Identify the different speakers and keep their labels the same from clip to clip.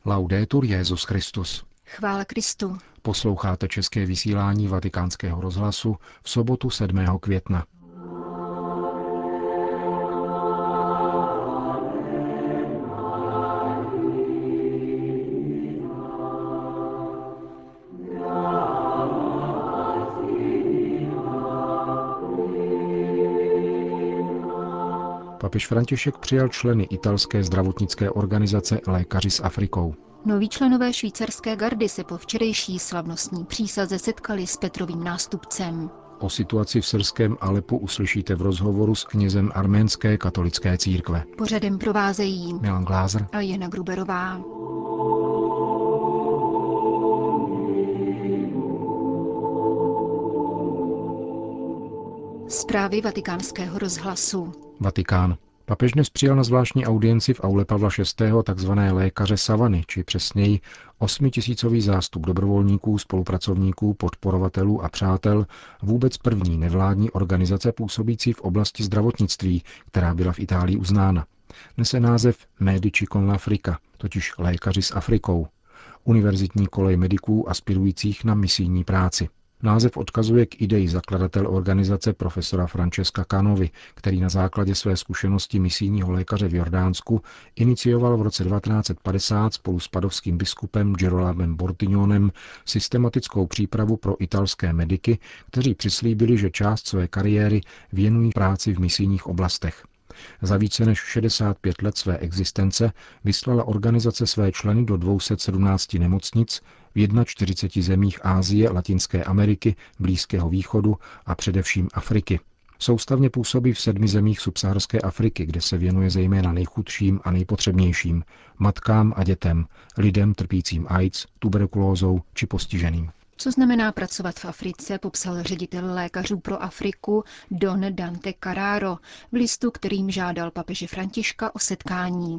Speaker 1: Laudetur Jesus Christus.
Speaker 2: Chvála Kristu.
Speaker 1: Posloucháte české vysílání Vatikánského rozhlasu v sobotu 7. května. Papež František přijal členy italské zdravotnické organizace Lékaři s Afrikou.
Speaker 2: Noví členové švýcarské gardy se po včerejší slavnostní přísaze setkali s Petrovým nástupcem.
Speaker 1: O situaci v syrském Alepu uslyšíte v rozhovoru s knězem arménské katolické církve.
Speaker 2: Pořadem provázejí
Speaker 1: Milan Glázer
Speaker 2: a Jana Gruberová. Zprávy Vatikánského rozhlasu.
Speaker 1: Vatikán. Papež dnes přijal na zvláštní audienci v aule Pavla VI. Takzvané lékaře Savany, či přesněji 8tisícový zástup dobrovolníků, spolupracovníků, podporovatelů a přátel vůbec první nevládní organizace působící v oblasti zdravotnictví, která byla v Itálii uznána. Nese název Medici con l'Africa, totiž Lékaři s Afrikou, univerzitní kolej mediků aspirujících na misijní práci. Název odkazuje k ideji zakladatele organizace profesora Francesca Canovy, který na základě své zkušenosti misijního lékaře v Jordánsku inicioval v roce 1950 spolu s padovským biskupem Gerolamem Bortignonem systematickou přípravu pro italské mediky, kteří přislíbili, že část své kariéry věnují práci v misijních oblastech. Za více než 65 let své existence vyslala organizace své členy do 217 nemocnic v 41 zemích Asie, Latinské Ameriky, Blízkého východu a především Afriky. Soustavně působí v 7 zemích subsaharské Afriky, kde se věnuje zejména nejchudším a nejpotřebnějším, matkám a dětem, lidem trpícím AIDS, tuberkulózou či postiženým.
Speaker 2: Co znamená pracovat v Africe, popsal ředitel Lékařů pro Afriku Don Dante Carraro v listu, kterým žádal papeže Františka o setkání.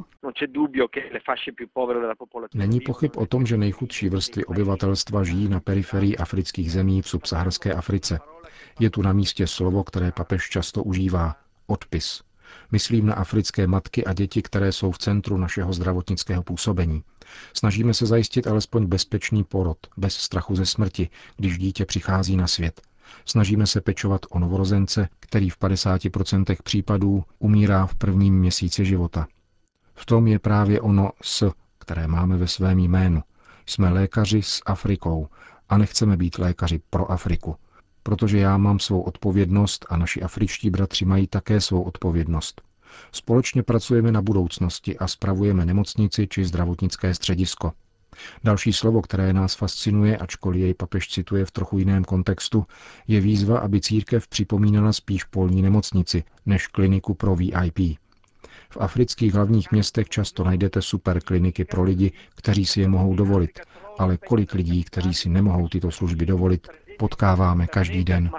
Speaker 1: Není pochyb o tom, že nejchudší vrstvy obyvatelstva žijí na periferii afrických zemí v subsaharské Africe. Je tu na místě slovo, které papež často užívá – odpis. Myslím na africké matky a děti, které jsou v centru našeho zdravotnického působení. Snažíme se zajistit alespoň bezpečný porod, bez strachu ze smrti, když dítě přichází na svět. Snažíme se pečovat o novorozence, který v 50% případů umírá v prvním měsíci života. V tom je právě ono S, které máme ve svém jménu. Jsme lékaři s Afrikou a nechceme být lékaři pro Afriku. Protože já mám svou odpovědnost a naši afričtí bratři mají také svou odpovědnost. Společně pracujeme na budoucnosti a spravujeme nemocnici či zdravotnické středisko. Další slovo, které nás fascinuje, ačkoliv jej papež cituje v trochu jiném kontextu, je výzva, aby církev připomínala spíš polní nemocnici než kliniku pro VIP. V afrických hlavních městech často najdete superkliniky pro lidi, kteří si je mohou dovolit, ale kolik lidí, kteří si nemohou tyto služby dovolit, potkáváme každý den.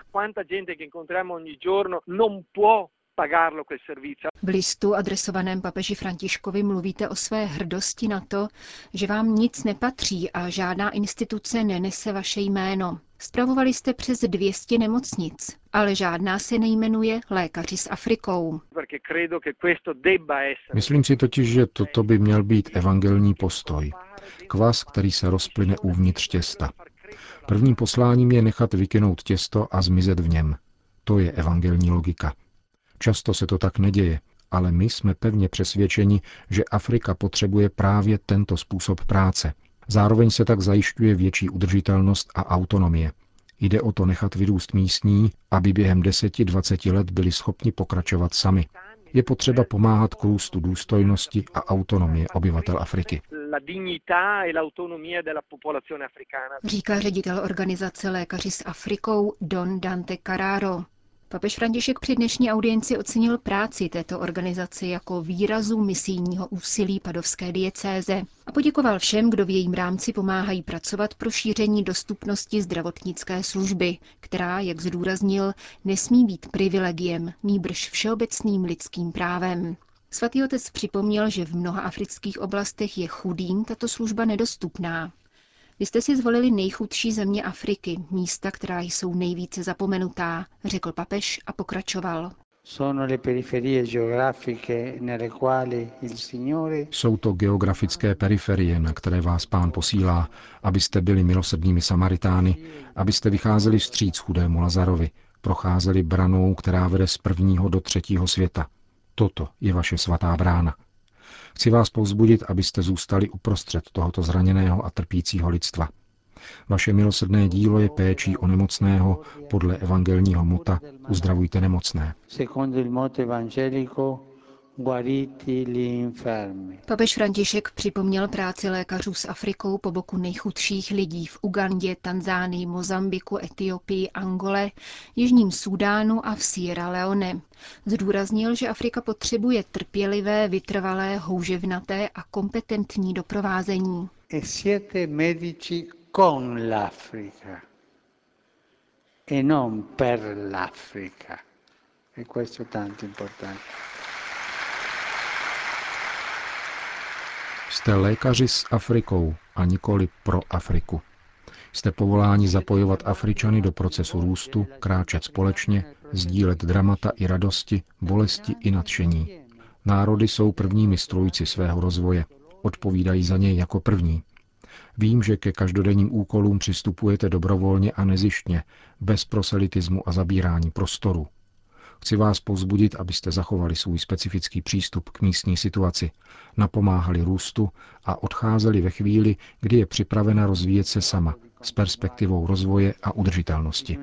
Speaker 2: V listu adresovaném papeži Františkovi mluvíte o své hrdosti na to, že vám nic nepatří a žádná instituce nenese vaše jméno. Spravovali jste přes 200 nemocnic, ale žádná se nejmenuje Lékaři s Afrikou.
Speaker 1: Myslím si totiž, že toto by měl být evangelní postoj. Kvas, který se rozplyne uvnitř těsta. Prvním posláním je nechat vykynout těsto a zmizet v něm. To je evangelní logika. Často se to tak neděje, ale my jsme pevně přesvědčeni, že Afrika potřebuje právě tento způsob práce. Zároveň se tak zajišťuje větší udržitelnost a autonomie. Jde o to nechat vyrůst místní, aby během 10-20 let byli schopni pokračovat sami. Je potřeba pomáhat k růstu důstojnosti a autonomie obyvatel Afriky.
Speaker 2: Říká ředitel organizace Lékaři s Afrikou Don Dante Carraro. Papež František při dnešní audienci ocenil práci této organizace jako výrazu misijního úsilí padovské diecéze a poděkoval všem, kdo v jejím rámci pomáhají pracovat pro šíření dostupnosti zdravotnické služby, která, jak zdůraznil, nesmí být privilegiem, nýbrž všeobecným lidským právem. Svatý otec připomněl, že v mnoha afrických oblastech je chudým tato služba nedostupná. Vy jste si zvolili nejchudší země Afriky, místa, která jsou nejvíce zapomenutá, řekl papež a pokračoval.
Speaker 1: Jsou to geografické periferie, na které vás Pán posílá, abyste byli milosrdnými Samaritány, abyste vycházeli vstříc chudému Lazarovi, procházeli branou, která vede z prvního do třetího světa. Toto je vaše svatá brána. Chci vás povzbudit, abyste zůstali uprostřed tohoto zraněného a trpícího lidstva. Vaše milosrdné dílo je péčí o nemocného, podle evangelního mota uzdravujte nemocné.
Speaker 2: Papež František připomněl práci lékařů s Afrikou po boku nejchudších lidí v Ugandě, Tanzánii, Mozambiku, Etiopii, Angole, Jižním Súdánu a v Sierra Leone. Zdůraznil, že Afrika potřebuje trpělivé, vytrvalé, houževnaté a kompetentní doprovázení.
Speaker 3: Con l'Africa e non per l'Africa. E questo è tanto importante.
Speaker 1: Jste lékaři s Afrikou a nikoli pro Afriku. Jste povoláni zapojovat Afričany do procesu růstu, kráčet společně, sdílet dramata i radosti, bolesti i nadšení. Národy jsou prvními strůjci svého rozvoje, odpovídají za něj jako první. Vím, že ke každodenním úkolům přistupujete dobrovolně a nezištně, bez proselitismu a zabírání prostoru. Chci vás povzbudit, abyste zachovali svůj specifický přístup k místní situaci, napomáhali růstu a odcházeli ve chvíli, kdy je připravena rozvíjet se sama, s perspektivou rozvoje a udržitelnosti.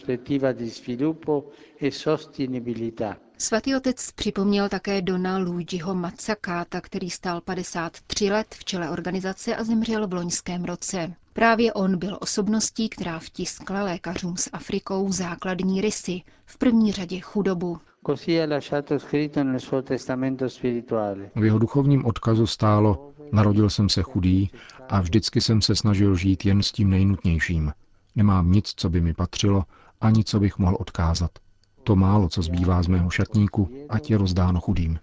Speaker 2: Svatý otec připomněl také Dona Luigiho Mazzacata, který stál 53 let v čele organizace a zemřel v loňském roce. Právě on byl osobností, která vtiskla lékařům s Afrikou základní rysy, v první řadě chudobu.
Speaker 1: V jeho duchovním odkazu stálo: narodil jsem se chudý a vždycky jsem se snažil žít jen s tím nejnutnějším. Nemám nic, co by mi patřilo, ani co bych mohl odkázat. To málo, co zbývá z mého šatníku, ať je rozdáno chudým.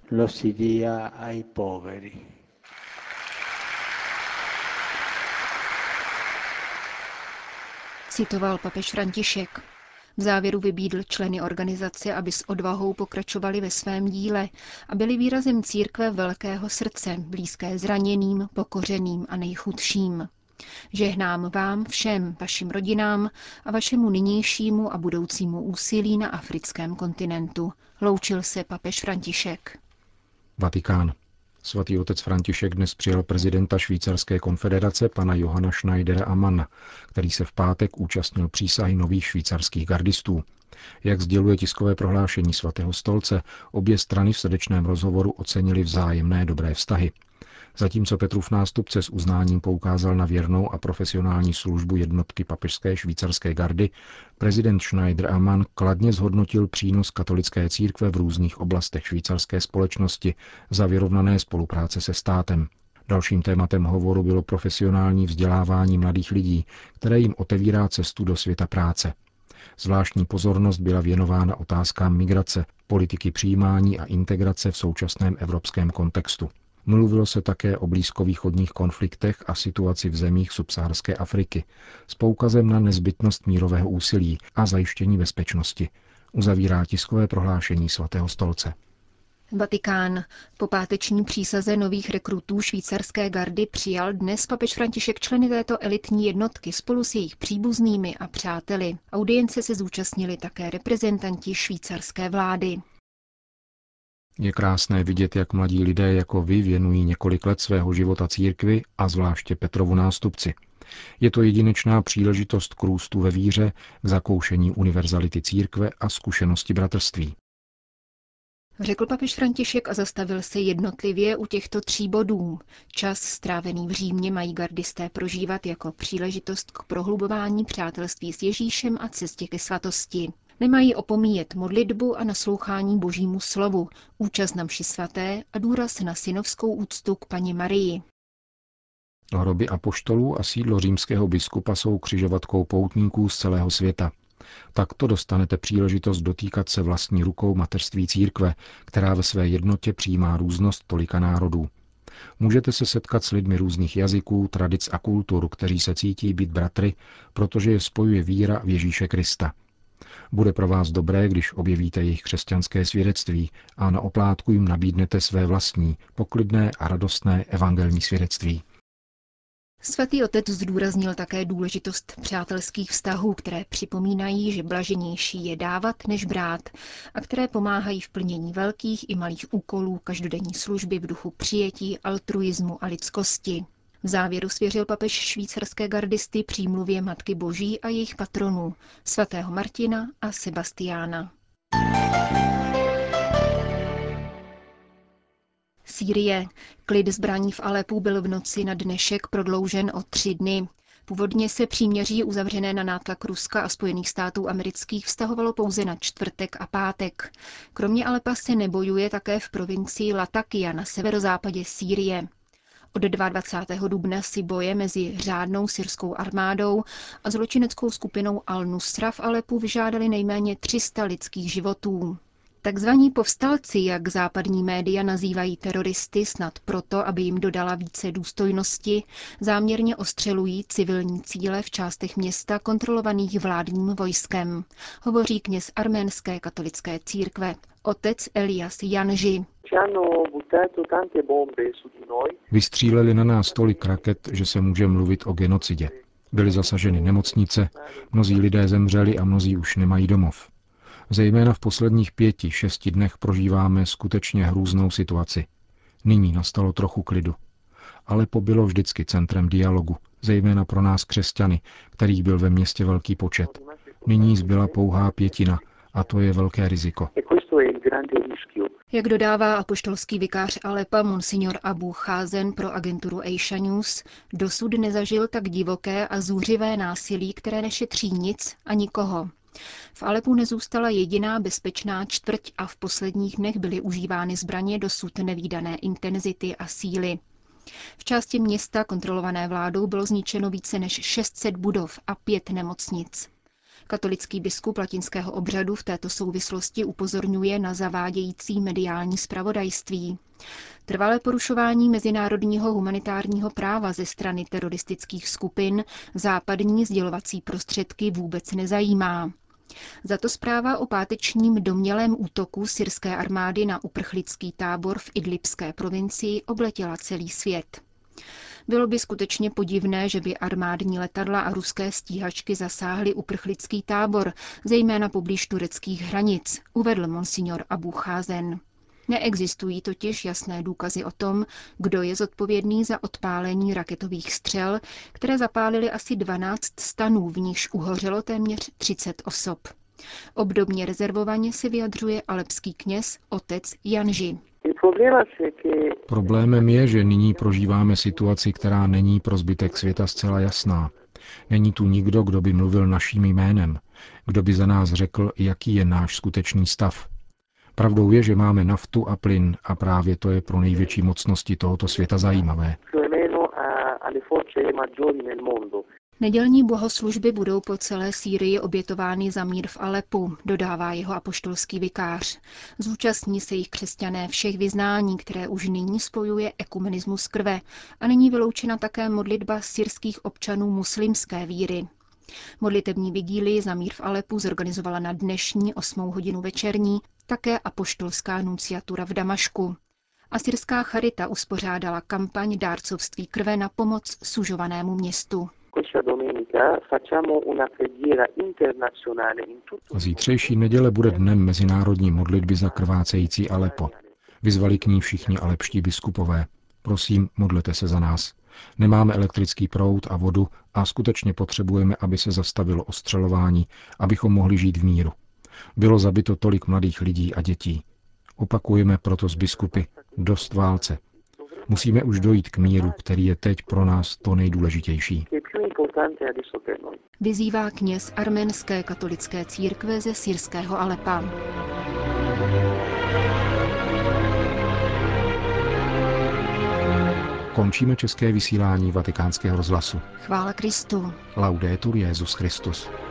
Speaker 2: Citoval papež František. V závěru vybídl členy organizace, aby s odvahou pokračovali ve svém díle a byli výrazem církve velkého srdce, blízké zraněným, pokořeným a nejchudším. Žehnám vám všem, vašim rodinám a vašemu nynějšímu a budoucímu úsilí na africkém kontinentu. Loučil se papež František.
Speaker 1: Vatikán. Svatý otec František dnes přijal prezidenta Švýcarské konfederace pana Johana Schneidera Ammanna, který se v pátek účastnil přísahy nových švýcarských gardistů. Jak sděluje tiskové prohlášení svatého stolce, obě strany v srdečném rozhovoru ocenily vzájemné dobré vztahy. Zatímco Petrův nástupce s uznáním poukázal na věrnou a profesionální službu jednotky papežské švýcarské gardy, prezident Schneider Ammann kladně zhodnotil přínos katolické církve v různých oblastech švýcarské společnosti za vyrovnané spolupráce se státem. Dalším tématem hovoru bylo profesionální vzdělávání mladých lidí, které jim otevírá cestu do světa práce. Zvláštní pozornost byla věnována otázkám migrace, politiky přijímání a integrace v současném evropském kontextu. Mluvilo se také o blízkovýchodních konfliktech a situaci v zemích subsaharské Afriky s poukazem na nezbytnost mírového úsilí a zajištění bezpečnosti, uzavírá tiskové prohlášení svatého stolce.
Speaker 2: Vatikán. Po páteční přísaze nových rekrutů švýcarské gardy přijal dnes papež František členy této elitní jednotky spolu s jejich příbuznými a přáteli. Audience se zúčastnili také reprezentanti švýcarské vlády.
Speaker 1: Je krásné vidět, jak mladí lidé jako vy věnují několik let svého života církvi a zvláště Petrovu nástupci. Je to jedinečná příležitost k růstu ve víře, k zakoušení univerzality církve a zkušenosti bratrství.
Speaker 2: Řekl papež František a zastavil se jednotlivě u těchto 3 bodů. Čas strávený v Římě mají gardisté prožívat jako příležitost k prohlubování přátelství s Ježíšem a cestě ke svatosti. Nemají opomíjet modlitbu a naslouchání Božímu slovu, účast na mši svaté a důraz na synovskou úctu k Panně Marii.
Speaker 1: Hroby apoštolů a sídlo římského biskupa jsou křižovatkou poutníků z celého světa. Takto dostanete příležitost dotýkat se vlastní rukou mateřství církve, která ve své jednotě přijímá různost tolika národů. Můžete se setkat s lidmi různých jazyků, tradic a kultur, kteří se cítí být bratry, protože je spojuje víra v Ježíše Krista. Bude pro vás dobré, když objevíte jejich křesťanské svědectví a na oplátku jim nabídnete své vlastní, poklidné a radostné evangelní svědectví.
Speaker 2: Svatý otec zdůraznil také důležitost přátelských vztahů, které připomínají, že blaženější je dávat než brát a které pomáhají v plnění velkých i malých úkolů každodenní služby v duchu přijetí, altruismu a lidskosti. V závěru svěřil papež švýcarské gardisty přímluvě Matky Boží a jejich patronů, svatého Martina a Sebastiána. Sýrie. Klid zbraní v Alepu byl v noci na dnešek prodloužen o 3 dny. Původně se příměří uzavřené na nátlak Ruska a Spojených států amerických vztahovalo pouze na čtvrtek a pátek. Kromě Alepa se nebojuje také v provincii Latakia na severozápadě Sýrie. Od 22. dubna si boje mezi řádnou syrskou armádou a zločineckou skupinou Al-Nusra v Alepu vyžádali nejméně 300 lidských životů. Takzvaní povstalci, jak západní média nazývají teroristy, snad proto, aby jim dodala více důstojnosti, záměrně ostřelují civilní cíle v částech města kontrolovaných vládním vojskem, hovoří kněz arménské katolické církve, otec Elias Janži.
Speaker 1: Vystříleli na nás tolik raket, že se může mluvit o genocidě. Byly zasaženy nemocnice, mnozí lidé zemřeli a mnozí už nemají domov. Zejména v posledních 5-6 dnech prožíváme skutečně hrůznou situaci. Nyní nastalo trochu klidu. Alepo bylo vždycky centrem dialogu, zejména pro nás křesťany, kterých byl ve městě velký počet. Nyní zbyla pouhá 5 a to je velké riziko.
Speaker 2: Jak dodává apoštolský vikář Alepa monsignor Abu Cházen pro agenturu Asia News, dosud nezažil tak divoké a zúřivé násilí, které nešetří nic a nikoho. V Alepu nezůstala jediná bezpečná čtvrť a v posledních dnech byly užívány zbraně dosud nevídané intenzity a síly. V části města kontrolované vládou bylo zničeno více než 600 budov a 5 nemocnic. Katolický biskup latinského obřadu v této souvislosti upozorňuje na zavádějící mediální zpravodajství. Trvalé porušování mezinárodního humanitárního práva ze strany teroristických skupin západní sdělovací prostředky vůbec nezajímá. Za to zpráva o pátečním domnělém útoku syrské armády na uprchlický tábor v idlibské provincii obletěla celý svět. Bylo by skutečně podivné, že by armádní letadla a ruské stíhačky zasáhly uprchlický tábor, zejména poblíž tureckých hranic, uvedl monsignor Abu Cházen. Neexistují totiž jasné důkazy o tom, kdo je zodpovědný za odpálení raketových střel, které zapálily asi 12 stanů, v nichž uhořelo téměř 30 osob. Obdobně rezervovaně se vyjadřuje alepský kněz otec Janži.
Speaker 1: Problémem je, že nyní prožíváme situaci, která není pro zbytek světa zcela jasná. Není tu nikdo, kdo by mluvil naším jménem, kdo by za nás řekl, jaký je náš skutečný stav. Pravdou je, že máme naftu a plyn a právě to je pro největší mocnosti tohoto světa zajímavé.
Speaker 2: Nedělní bohoslužby budou po celé Sýrii obětovány za mír v Alepu, dodává jeho apoštolský vikář. Zúčastní se jich křesťané všech vyznání, které už nyní spojuje ekumenismus krve a není vyloučena také modlitba syrských občanů muslimské víry. Modlitební vigílii za mír v Alepu zorganizovala na dnešní 8 hodinu večerní také apoštolská nunciatura v Damašku. Asyrská charita uspořádala kampaň dárcovství krve na pomoc sužovanému městu.
Speaker 1: Zítřejší neděle bude dnem mezinárodní modlitby za krvácející Alepo. Vyzvali k ní všichni alepští biskupové. Prosím, modlete se za nás. Nemáme elektrický proud a vodu a skutečně potřebujeme, aby se zastavilo ostřelování, abychom mohli žít v míru. Bylo zabito tolik mladých lidí a dětí. Opakujeme proto s biskupy, dost válce. Musíme už dojít k míru, který je teď pro nás to nejdůležitější.
Speaker 2: Vyzývá kněz arménské katolické církve ze syrského Alepa.
Speaker 1: Končíme české vysílání Vatikánského rozhlasu.
Speaker 2: Chvála Kristu.
Speaker 1: Laudetur Jesus Christus.